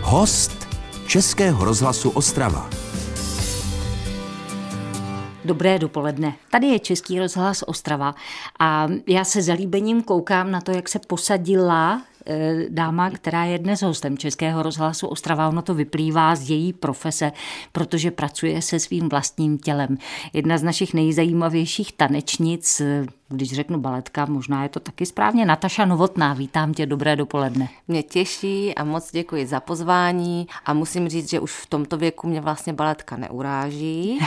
Host Českého rozhlasu Ostrava. Dobré dopoledne. Tady je Český rozhlas Ostrava a já se zalíbením koukám na to, jak se posadila dáma, která je dnes hostem Českého rozhlasu Ostrava. Ono to vyplývá z její profese, protože pracuje se svým vlastním tělem. Jedna z našich nejzajímavějších tanečnic, když řeknu baletka, možná je to taky správně, Nataša Novotná. Vítám tě, dobré dopoledne. Mě těší a moc děkuji za pozvání a musím říct, že už v tomto věku mě vlastně baletka neuráží.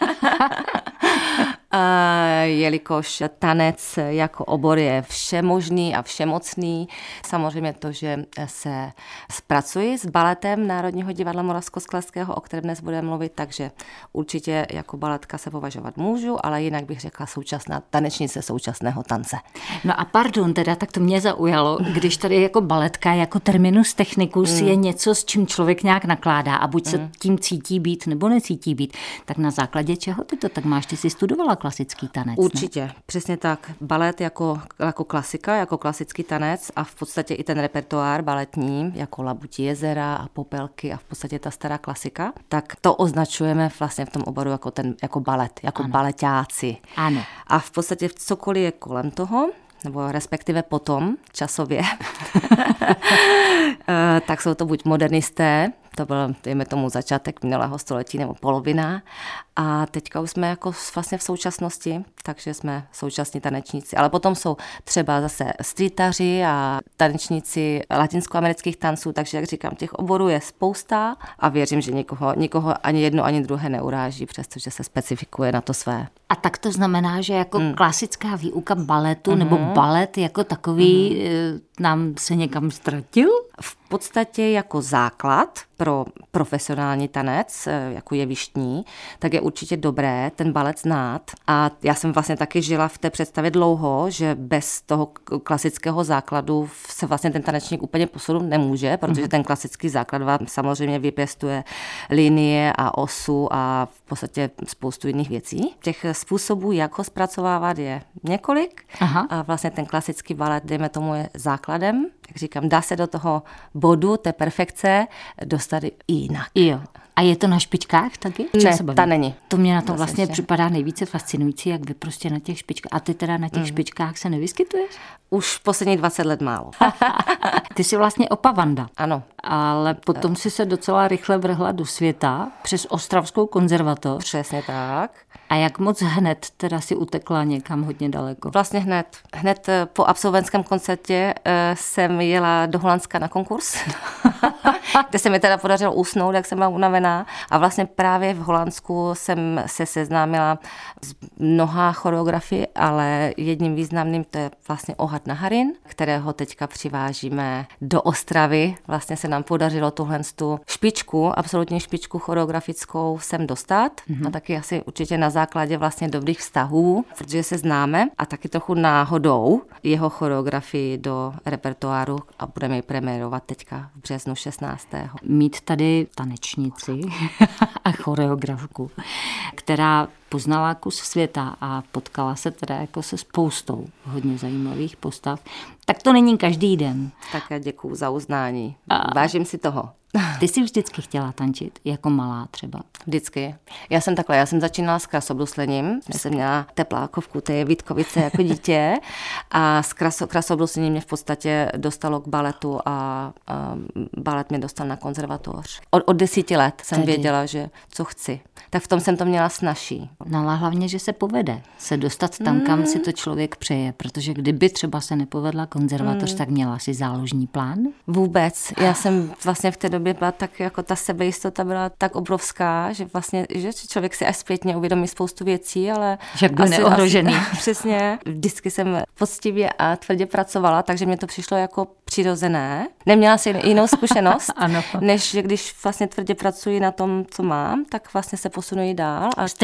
Jelikož tanec jako obor je všemožný a všemocný. Samozřejmě to, že se pracuji s baletem Národního divadla Moravskoslezského, o kterém dnes budeme mluvit, takže určitě jako baletka se považovat můžu, ale jinak bych řekla současná tanečnice současného tance. No a pardon, teda tak to mě zaujalo, když tady jako baletka, jako terminus technicus je něco, s čím člověk nějak nakládá a buď se tím cítí být nebo necítí být, tak na základě čeho ty to tak máš? Ty jsi studovala klasický tanec, Určitě, ne? Přesně tak. Balet jako klasika, jako klasický tanec a v podstatě i ten repertoár baletní, jako Labutí jezera a Popelky a v podstatě ta stará klasika, tak to označujeme vlastně v tom oboru jako balet, jako ano. Baleťáci. Ano. A v podstatě cokoliv je kolem toho, nebo respektive potom, časově, tak jsou to buď modernisté, to byl, dejme tomu, začátek minulého století nebo polovina. A teďka už jsme jako vlastně v současnosti, takže jsme současní tanečníci. Ale potom jsou třeba zase streetaři a tanečníci latinskoamerických tanců, takže jak říkám, těch oborů je spousta a věřím, že nikoho ani jedno, ani druhé neuráží, přestože se specifikuje na to své. A tak to znamená, že jako klasická výuka baletu nebo balet jako takový nám se někam ztratil? V podstatě jako základ pro profesionální tanec, jako jevištní, tak je určitě dobré ten balet znát. A já jsem vlastně taky žila v té představě dlouho, že bez toho klasického základu se vlastně ten tanečník úplně posunout nemůže, protože ten klasický základ vám samozřejmě vypěstuje linie a osu a v podstatě spoustu jiných věcí. Těch způsobů, jak ho zpracovávat, je několik. Aha. A vlastně ten klasický balet, dejme tomu, je základem. Jak říkám, dá se do toho bodu, té perfekce dostat i jinak. Jo. A je to na špičkách taky? Ne, ta není. To mě na tom vlastně připadá nejvíce fascinující, jak vy prostě na těch špičkách. A ty teda na těch špičkách se nevyskytuješ? Už poslední 20 let málo. Ty jsi vlastně opavanda. Ano. Ale potom si se docela rychle vrhla do světa přes Ostravskou konzervatoř. Přesně tak. A jak moc hned teda si utekla někam hodně daleko? Vlastně hned po absolventském koncertě jsem jela do Holandska na konkurs, kde se mi teda podařilo usnout, jak jsem byla unavená. A vlastně právě v Holandsku jsem se seznámila s mnoha choreografii, ale jedním významným to je vlastně Ohad Naharin, kterého teďka přivážíme do Ostravy. Vlastně se nám podařilo tuhle špičku, absolutní špičku choreografickou sem dostat. A taky asi určitě na základě vlastně dobrých vztahů, protože se známe a taky trochu náhodou jeho choreografii do repertoáru a budeme ji premiérovat teďka v březnu 16. Mít tady tanečnici a choreografku, která poznala kus světa a potkala se teda jako se spoustou hodně zajímavých postav, tak to není každý den. Také děkuju za uznání. Vážím si toho. Ty jsi vždycky chtěla tančit, jako malá třeba? Vždycky. Já jsem začínala s krasobruslením, jsem měla teplákovku, to je Vítkovice jako dítě a s krasobruslení mě v podstatě dostalo k baletu a balet mě dostal na konzervatoř. Od 10 let jsem věděla, že co chci. Tak v tom jsem to měla snazší. No ale hlavně, že se povede se dostat tam, kam si to člověk přeje, protože kdyby třeba se nepovedla konzervatoř, tak měla si záložní plán? Vůbec. Já jsem vlastně v té době byla tak, jako ta sebejistota byla tak obrovská, že vlastně, že člověk si až zpětně uvědomí spoustu věcí, ale... Že byl neohrožený. Přesně. Vždycky jsem poctivě a tvrdě pracovala, takže mě to přišlo jako přirozené. Neměla si jinou zkušenost, než že když vlastně tvrdě pracuji na tom, co mám, tak vlastně se posunuji dál. A stejně tak to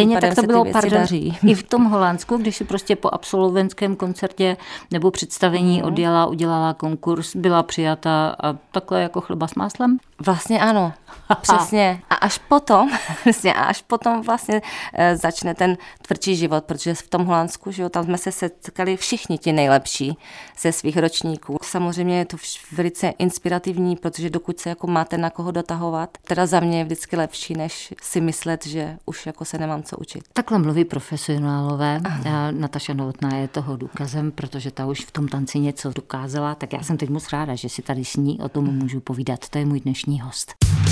bylo, i v tom Holandsku, když si prostě po absolventském koncertě nebo představení odjela, udělala konkurs, byla přijata a takhle jako chleba s máslem? Vlastně ano, přesně. A až potom vlastně začne ten tvrdší život, protože v tom Holandsku, že jo, tam jsme se setkali všichni ti nejlepší ze svých ročníků. Samozřejmě je to velice inspirativní, protože dokud se jako máte na koho dotahovat, teda za mě je vždycky lepší, než si myslet, že už jako se nemám co učit. Takhle mluví profesionálové. Nataša Novotná je toho důkazem, protože ta už v tom tanci něco dokázala, tak já jsem teď moc ráda, že si tady s ní o tom můžu povídat. To je můj dnešní host.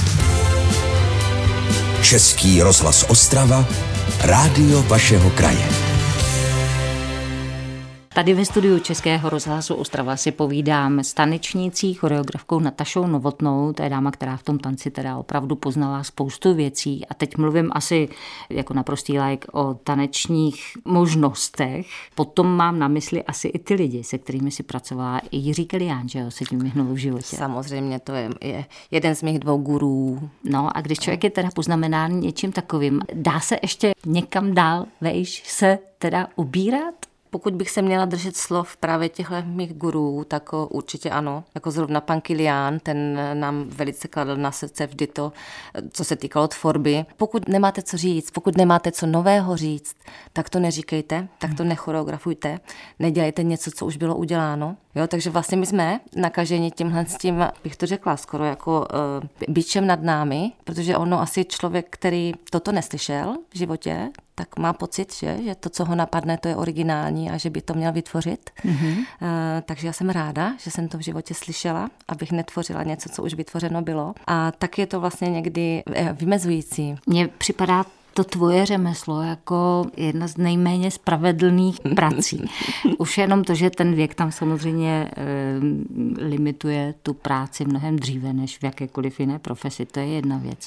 Český rozhlas Ostrava, rádio vašeho kraje. Tady ve studiu Českého rozhlasu Ostrava si povídám s tanečnící, choreografkou Natašou Novotnou. To je dáma, která v tom tanci teda opravdu poznala spoustu věcí. A teď mluvím asi jako naprostý laik o tanečních možnostech. Potom mám na mysli asi i ty lidi, se kterými si pracovala. I Jiří Kilián, že jo, se tím vyhnul v životě. Samozřejmě, to je jeden z mých 2 gurů. No a když člověk je teda poznamenán něčím takovým, dá se ještě někam dál vejš se teda ubírat? Pokud bych se měla držet slov právě těchto mých gurů, tak určitě ano. Jako zrovna pan Kilián, ten nám velice kladl na srdce vždy to, co se týkalo tvorby. Pokud nemáte co říct, pokud nemáte co nového říct, tak to neříkejte, tak to nechoreografujte, nedělejte něco, co už bylo uděláno. Jo, takže vlastně my jsme nakaženi tímhle s tím, bych to řekla, skoro jako bičem nad námi, protože ono asi člověk, který toto neslyšel v životě, tak má pocit, že to, co ho napadne, to je originální a že by to měl vytvořit. Takže já jsem ráda, že jsem to v životě slyšela, abych netvořila něco, co už vytvořeno bylo. A tak je to vlastně někdy vymezující. Mně připadá to tvoje řemeslo jako jedna z nejméně spravedlných prací. Už jenom to, že ten věk tam samozřejmě limituje tu práci mnohem dříve než v jakékoliv jiné profesi, to je jedna věc.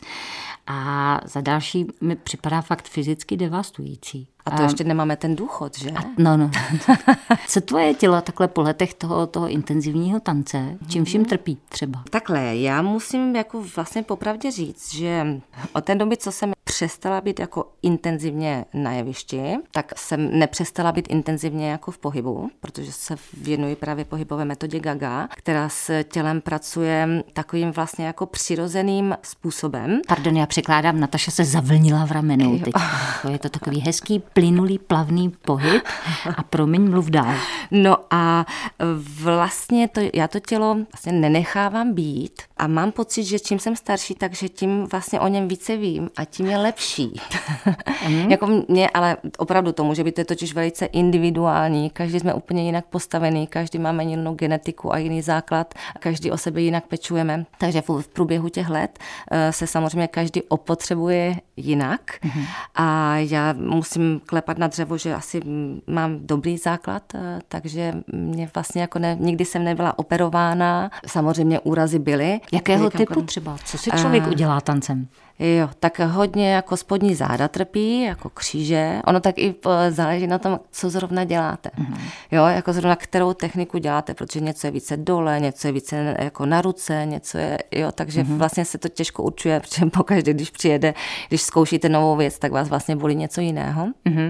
A za další mi připadá fakt fyzicky devastující. A to ještě nemáme ten důchod, že? No. Co tvoje tělo takhle po letech toho intenzivního tance, čím vším trpí třeba? Takhle, já musím jako vlastně popravdě říct, že od té doby, co jsem přestala být jako intenzivně na jevišti, tak jsem nepřestala být intenzivně jako v pohybu, protože se věnuji právě pohybové metodě Gaga, která s tělem pracuje takovým vlastně jako přirozeným způsobem. Pardon, já překládám, Nataša se zavlnila v ramenou teď. Je to takový hezký, plynulý, plavný pohyb a promiň, mluv dál. No a vlastně já to tělo vlastně nenechávám být a mám pocit, že čím jsem starší, takže tím vlastně o něm více vím a tím je lepší. Jako mě, ale opravdu to může být, to je totiž velice individuální, každý jsme úplně jinak postavený, každý máme jinou genetiku a jiný základ, každý o sebe jinak pečujeme. Takže v průběhu těch let se samozřejmě každý opotřebuje jinak a já musím klepat na dřevo, že asi mám dobrý základ, takže mě vlastně jako nikdy jsem nebyla operována, samozřejmě úrazy byly. Jakého typu třeba? Co si člověk udělá tancem? Jo, tak hodně jako spodní záda trpí, jako kříže. Ono tak i záleží na tom, co zrovna děláte. Jo, jako zrovna kterou techniku děláte, protože něco je více dole, něco je více jako na ruce, něco je, jo, takže vlastně se to těžko určuje, protože pokaždé, když zkoušíte novou věc, tak vás vlastně bolí něco jiného.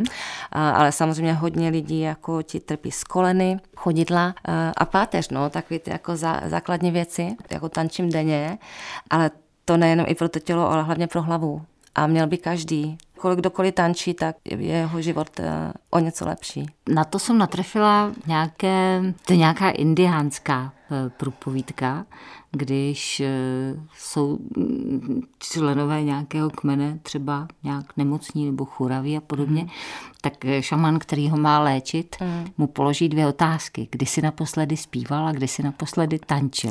Ale samozřejmě hodně lidí jako ti trpí z koleny, chodidla a páteř, no, takový ty jako základní věci, jako tančím denně, ale to nejenom i pro to tělo, ale hlavně pro hlavu. A měl by každý. Kdokoliv tančí, tak je jeho život o něco lepší. Na to jsem natrefila nějaká indiánská průpovídka, když jsou členové nějakého kmene třeba nějak nemocní nebo churaví a podobně, tak šaman, který ho má léčit, mu položí 2 otázky. Kdy jsi naposledy zpíval a kdy jsi naposledy tančil?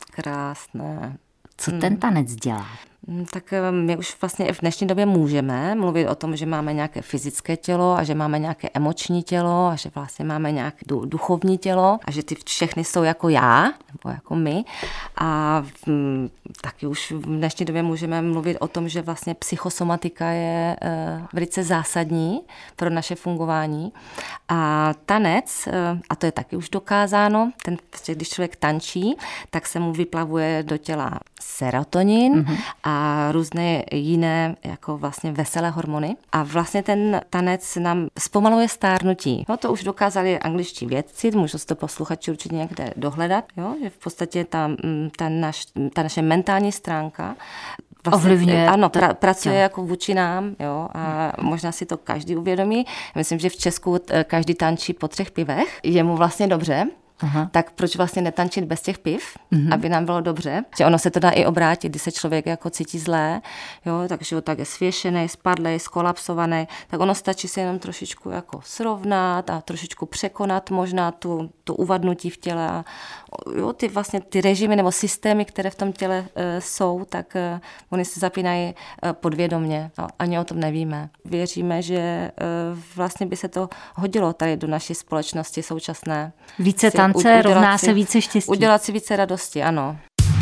Krásné. Co ten tanec dělá? Tak my už vlastně v dnešní době můžeme mluvit o tom, že máme nějaké fyzické tělo a že máme nějaké emoční tělo a že vlastně máme nějaké duchovní tělo a že ty všechny jsou jako já nebo jako my. A taky už v dnešní době můžeme mluvit o tom, že vlastně psychosomatika je velice zásadní pro naše fungování. A tanec, a to je taky už dokázáno, když člověk tančí, tak se mu vyplavuje do těla serotonin a různé jiné jako vlastně veselé hormony. A vlastně ten tanec nám zpomaluje stárnutí. No to už dokázali angličtí vědci, můžu si to posluchači určitě někde dohledat, jo? Že v podstatě ta naše mentální stránka vlastně, ovlivňuje. Ano, pracuje jako vůči nám, jo, a možná si to každý uvědomí. Myslím, že v Česku každý tančí po 3 pivech, je mu vlastně dobře. Aha. Tak proč vlastně netančit bez těch piv, aby nám bylo dobře? Že ono se to dá i obrátit, když se člověk jako cítí zlé, jo, takže tak je svěšený, spadlej, skolapsovaný, tak ono stačí se jenom trošičku jako srovnat a trošičku překonat možná tu uvadnutí v těle a jo, ty režimy nebo systémy, které v tom těle jsou, tak oni se zapínají podvědomně a ani o tom nevíme. Věříme, že vlastně by se to hodilo tady do naší společnosti současné. Více tance rovná se více štěstí. Udělat si více radosti, ano.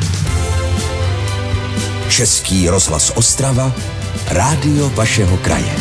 Český rozhlas Ostrava, rádio vašeho kraje.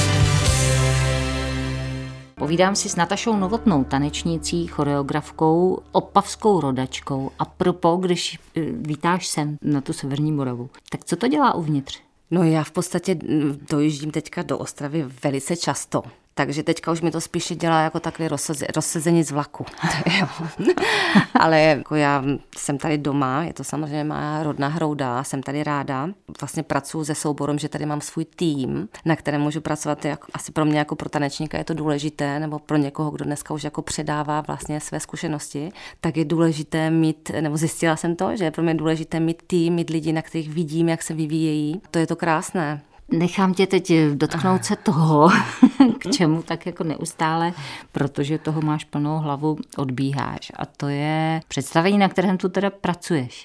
Povídám si s Natašou Novotnou, tanečnicí, choreografkou, opavskou rodačkou. A propo, když vítáš sem na tu severní Moravu, tak co to dělá uvnitř? No já v podstatě dojíždím teďka do Ostravy velice často. Takže teďka už mi to spíše dělá jako takové rozsezení z vlaku. Ale jako já jsem tady doma, je to samozřejmě má rodná Hrouda, jsem tady ráda. Vlastně pracuji se souborem, že tady mám svůj tým, na kterém můžu pracovat. Asi pro mě jako pro tanečníka je to důležité, nebo pro někoho, kdo dneska už jako předává vlastně své zkušenosti, tak je důležité mít, nebo zjistila jsem to, že je pro mě důležité mít tým, mít lidi, na kterých vidím, jak se vyvíjejí. To je to krásné. Nechám tě teď dotknout se toho, k čemu tak jako neustále, protože toho máš plnou hlavu, odbíháš. A to je představení, na kterém tu teda pracuješ.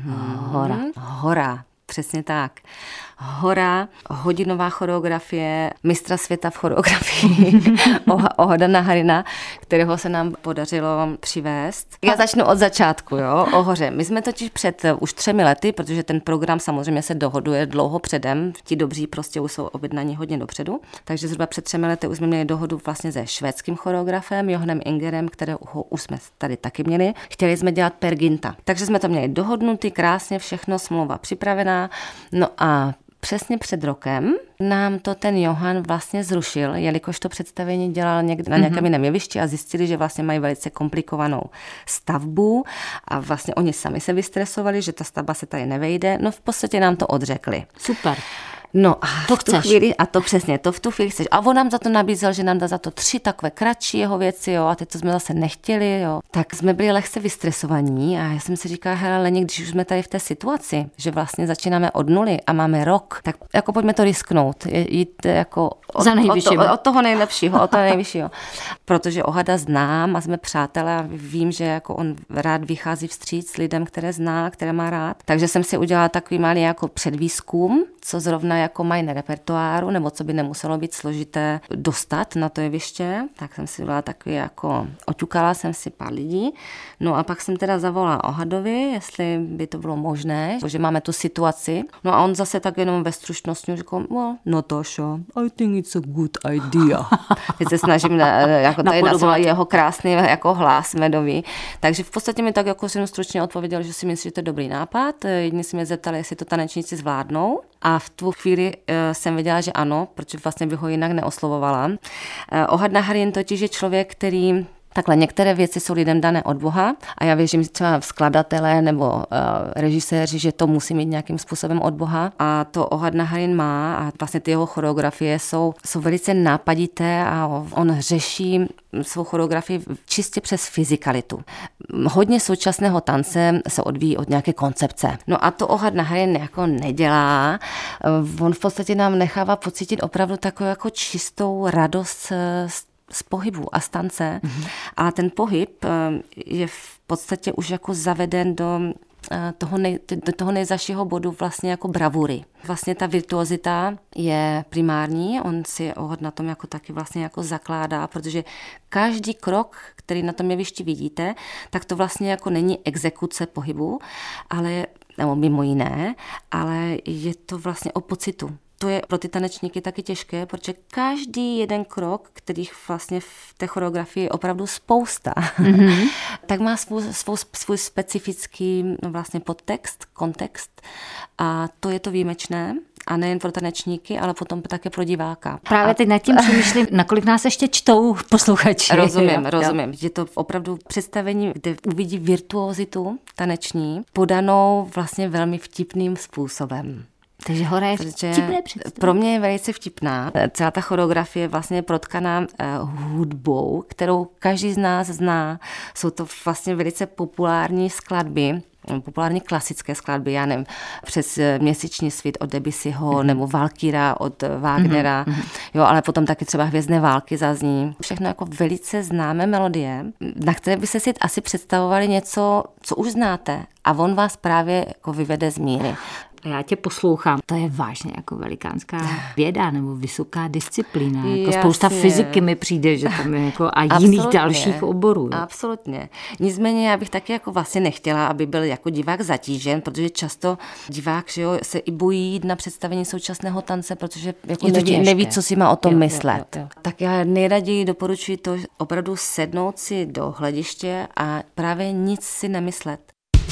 Hora. Přesně tak. Hora, hodinová choreografie, mistra světa v choreografii Ohadana Harina, kterého se nám podařilo přivést. Já začnu od začátku, jo, o hoře. My jsme totiž před už 3 lety, protože ten program samozřejmě se dohoduje dlouho předem, ti dobří prostě už jsou objednaní hodně dopředu, takže zhruba před 3 lety už jsme měli dohodu vlastně se švédským choreografem Johanem Ingerem, kterého už jsme tady taky měli. Chtěli jsme dělat Per Ginta. Takže jsme to měli dohodnutý, krásně všechno, smlouva připravená. No a přesně před rokem nám to ten Johan vlastně zrušil, jelikož to představení dělal někde na nějakém jiném jevišti a zjistili, že vlastně mají velice komplikovanou stavbu a vlastně oni sami se vystresovali, že ta stavba se tady nevejde. No v podstatě nám to odřekli. Super. No a to chceš. To v tu chvíli chceš. A on nám za to nabízel, že nám dá za to 3 takové kratší jeho věci, jo, a teď to jsme zase nechtěli, jo. Tak jsme byli lehce vystresovaní a já jsem si říkala, hele, Leni, když už jsme tady v té situaci, že vlastně začínáme od nuly a máme rok, tak jako pojďme to risknout, jít jako od toho nejlepšího, od toho nejvyššího. Protože Ohada znám a jsme přátelé a vím, že jako on rád vychází vstříc lidem, které zná, které má rád. Takže jsem si udělala takový malý jako předvýzkum, co zrovna jako mají na repertoáru, nebo co by nemuselo být složité dostat na to jeviště, tak jsem si udělala takový jako, oťukala jsem si pár lidí, no a pak jsem teda zavolala Ohadovi, jestli by to bylo možné, že máme tu situaci, no a on zase tak jenom ve stručnosti řekl, well, Natasha, I think it's a good idea. Teď se snažím jako tady nazvat jeho krásný jako hlas medový, takže v podstatě mi tak jako jsem stručně odpověděl, že si myslím, že to je dobrý nápad, jedni si mě zeptali, jestli to tanečníci zvládnou a v tu chvíli jsem věděla, že ano, protože vlastně bych ho jinak neoslovovala. Ohadna Harin totiž je člověk, který takhle, některé věci jsou lidem dané od Boha a já věřím, že třeba skladatelé nebo režiséři, že to musí mít nějakým způsobem od Boha a to Ohadna Harin má a vlastně ty jeho choreografie jsou velice nápadité a on řeší svou choreografii čistě přes fyzikalitu. Hodně současného tance se odvíjí od nějaké koncepce. No a to Ohadna Harin jako nedělá. On v podstatě nám nechává pocítit opravdu takovou jako čistou radost z pohybu a z tance. A ten pohyb je v podstatě už jako zaveden do toho nejzašího bodu vlastně jako bravury. Vlastně ta virtuozita je primární, on si Ohad na tom jako taky vlastně jako zakládá, protože každý krok, který na tom jevišti vidíte, tak to vlastně jako není exekuce pohybu, ale nebo mimo jiné, ale je to vlastně o pocitu. To je pro ty tanečníky taky těžké, protože každý jeden krok, kterých vlastně v té choreografii je opravdu spousta, tak má svůj specifický vlastně podtext, kontext a to je to výjimečné. A nejen pro tanečníky, ale potom také pro diváka. Právě teď nad tím přemýšlím, nakolik nás ještě čtou posluchači. Rozumím. Je to opravdu představení, kde uvidí virtuozitu taneční, podanou vlastně velmi vtipným způsobem. Takže hora je vtipné představení. Pro mě je velice vtipná. Celá ta choreografie je vlastně protkaná hudbou, kterou každý z nás zná. Jsou to vlastně velice populární skladby, populární klasické skladby, já nevím, přes Měsíční svit od Debussyho nebo Valkyra od Wagnera, jo, ale potom taky třeba Hvězdné války zazní. Všechno jako velice známé melodie, na které byste si asi představovali něco, co už znáte a on vás právě jako vyvede z míry. A já tě poslouchám. To je vážně jako velikánská věda nebo vysoká disciplína. Jako spousta fyziky mi přijde, že tam je jako a jiných dalších oborů. Jo. Absolutně. Nicméně já bych taky jako vlastně nechtěla, aby byl jako divák zatížen, protože často divák, že jo, se i bojí jít na představení současného tance, protože jako neví, co si má o tom myslet. Jo. Tak já nejraději doporučuji to opravdu sednout si do hlediště a právě nic si nemyslet.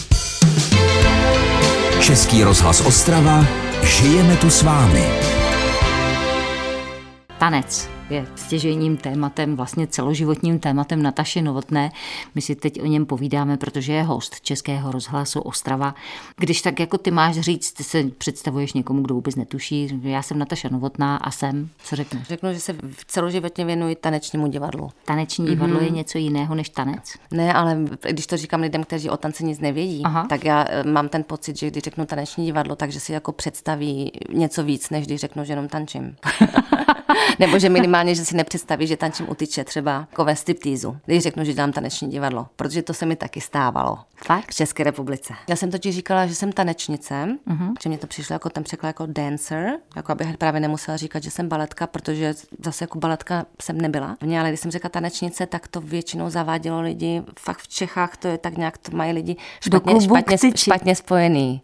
Český rozhlas Ostrava, žijeme tu s vámi. Tanec je stěžejním tématem, vlastně celoživotním tématem Nataše Novotné. My si teď o něm povídáme, protože je host Českého rozhlasu Ostrava. Když tak jako ty máš říct, ty se představuješ někomu, kdo vůbec netuší. Já jsem Nataša Novotná a jsem, co řekneš? Řeknu, že se celoživotně věnuji tanečnímu divadlu. Taneční divadlo je něco jiného než tanec? Ne, ale když to říkám lidem, kteří o tanci nic nevědí, tak já mám ten pocit, že když řeknu taneční divadlo, takže si jako představí něco víc, než když řeknu, že jenom tančím. Nebo že minimálně, že si nepředstaví, že tančím u tyče třeba jako ve striptýzu, když řeknu, že dělám taneční divadlo, protože to se mi taky stávalo. Fakt? V České republice. Já jsem totiž říkala, že jsem tanečnice, že mě to přišlo jako ten překlad jako dancer, jako abych právě nemusela říkat, že jsem baletka, protože zase jako baletka jsem nebyla. Ale když jsem řekla tanečnice, tak to většinou zavádělo lidi, fakt v Čechách to je tak nějak, to mají lidi špatně spojený.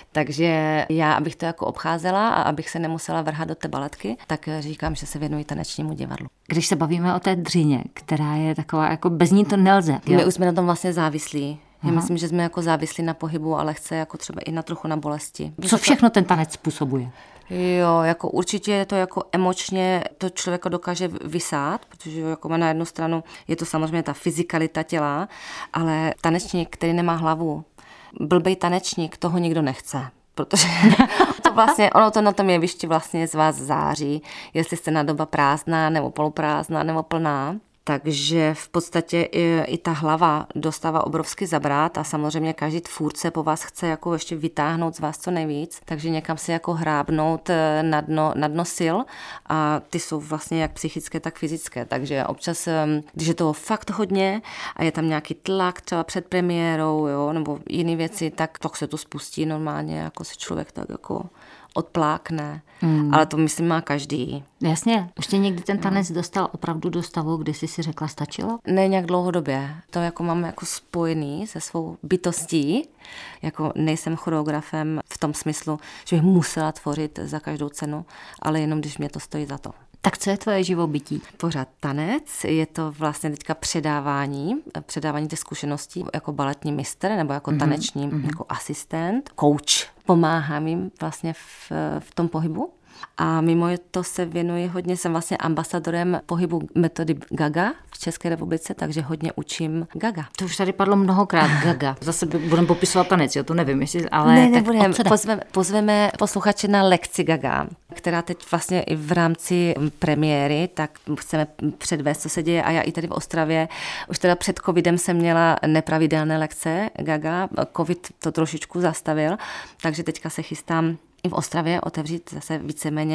Takže já, abych to jako obcházela a abych se nemusela vrhat do té baletky, tak říkám, že se věnuji tanečnímu divadlu. Když se bavíme o té dřině, která je taková, jako bez ní to nelze. Jo? My už jsme na tom vlastně závislí. Já myslím, že jsme jako závislí na pohybu, ale chce jako třeba i na trochu na bolesti. Co všechno ten tanec způsobuje? Jo, jako určitě to jako emočně to člověka dokáže vysát, protože jako má na jednu stranu je to samozřejmě ta fyzikalita těla, ale tanečník, který nemá hlavu, blbej tanečník, toho nikdo nechce. Protože to vlastně, ono to na tom jevišti vlastně z vás září, jestli jste na doba prázdná, nebo poloprázdná, nebo plná. Takže v podstatě i ta hlava dostává obrovský zabrat a samozřejmě každý tvůrce po vás chce jako ještě vytáhnout z vás co nejvíc, takže někam si jako hrábnout na dno sil a ty jsou vlastně jak psychické, tak fyzické. Takže občas, když je toho fakt hodně a je tam nějaký tlak třeba před premiérou, jo, nebo jiné věci, tak se to spustí normálně, jako se člověk tak jako odplákne, ale to myslím má každý. Jasně, už tě někdy ten tanec dostal opravdu do stavu, kdy jsi si řekla stačilo? Ne nějak dlouhodobě, to jako mám jako spojený se svou bytostí, jako nejsem choreografem v tom smyslu, že bych musela tvořit za každou cenu, ale jenom když mě to stojí za to. Tak co je tvoje živobytí? Pořád tanec, je to vlastně teďka předávání těch zkušeností jako baletní mistr nebo jako taneční jako asistent, coach. Pomáhám jim vlastně v tom pohybu. A mimo to se věnuji hodně, jsem vlastně ambasadorem pohybu metody Gaga v České republice, takže hodně učím Gaga. To už tady padlo mnohokrát Gaga. Zase budeme popisovat tanec, jo, to nevím, jestli, ale ne, nebudeme. Pozveme posluchače na lekci Gaga, která teď vlastně i v rámci premiéry, tak chceme předvést, co se děje. A já i tady v Ostravě, už teda před covidem jsem měla nepravidelné lekce Gaga, covid to trošičku zastavil, takže teďka se chystám i v Ostravě otevřít zase víceméně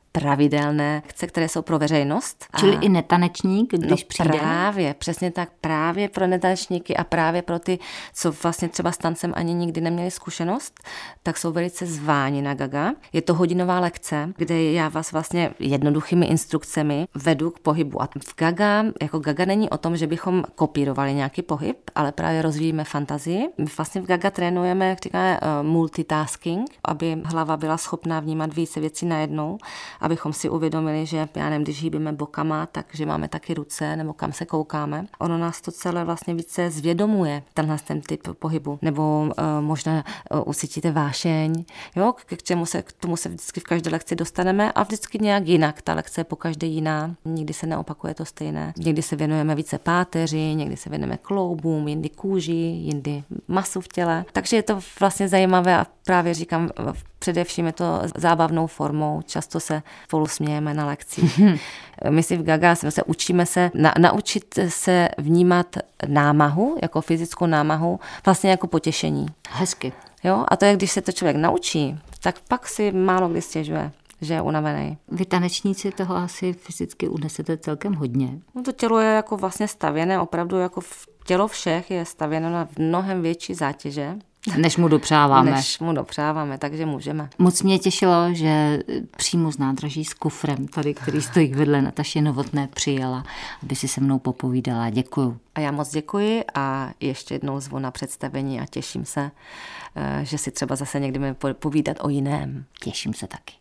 pravidelné akce, které jsou pro veřejnost. Čili i netanečník, když přijde? Právě, přesně tak, právě pro netanečníky a právě pro ty, co vlastně třeba s tancem ani nikdy neměli zkušenost, tak jsou velice zváni na Gaga. Je to hodinová lekce, kde já vás vlastně jednoduchými instrukcemi vedu k pohybu. A v Gaga, jako Gaga není o tom, že bychom kopírovali nějaký pohyb, ale právě rozvíjíme fantazii. My vlastně v Gaga trénujeme, jak říkáme, multitasking, aby hlava byla schopná vnímat více věcí najednou, abychom si uvědomili, že já nevím, když hýbíme bokama, takže máme taky ruce, nebo kam se koukáme. Ono nás to celé vlastně více zvědomuje, ten typ pohybu. Nebo možná ucítíte vášeň, jo, k tomu se vždycky v každé lekci dostaneme a vždycky nějak jinak. Ta lekce je po každé jiná, nikdy se neopakuje to stejné. Někdy se věnujeme více páteři, někdy se věnujeme kloubům, jindy kůži, jindy masu v těle. Takže je to vlastně zajímavé a právě říkám, především je to zábavnou formou, často se spolu smějeme na lekcích. My si v Gaga se učíme naučit se vnímat námahu, jako fyzickou námahu, vlastně jako potěšení. Hezky. Jo? A to je, když se to člověk naučí, tak pak si málo kdy stěžuje, že je unavený. Vy tanečníci toho asi fyzicky unesete celkem hodně. No to tělo je jako vlastně stavěné, opravdu jako tělo všech je stavěno na mnohem větší zátěže. Než mu dopřáváme. Takže můžeme. Moc mě těšilo, že přímo z nádraží s kufrem, tady, který stojí vedle Nataši Novotné, přijela, aby si se mnou popovídala. Děkuju. A já moc děkuji a ještě jednou zvu na představení a těším se, že si třeba zase někdy povídat o jiném. Těším se taky.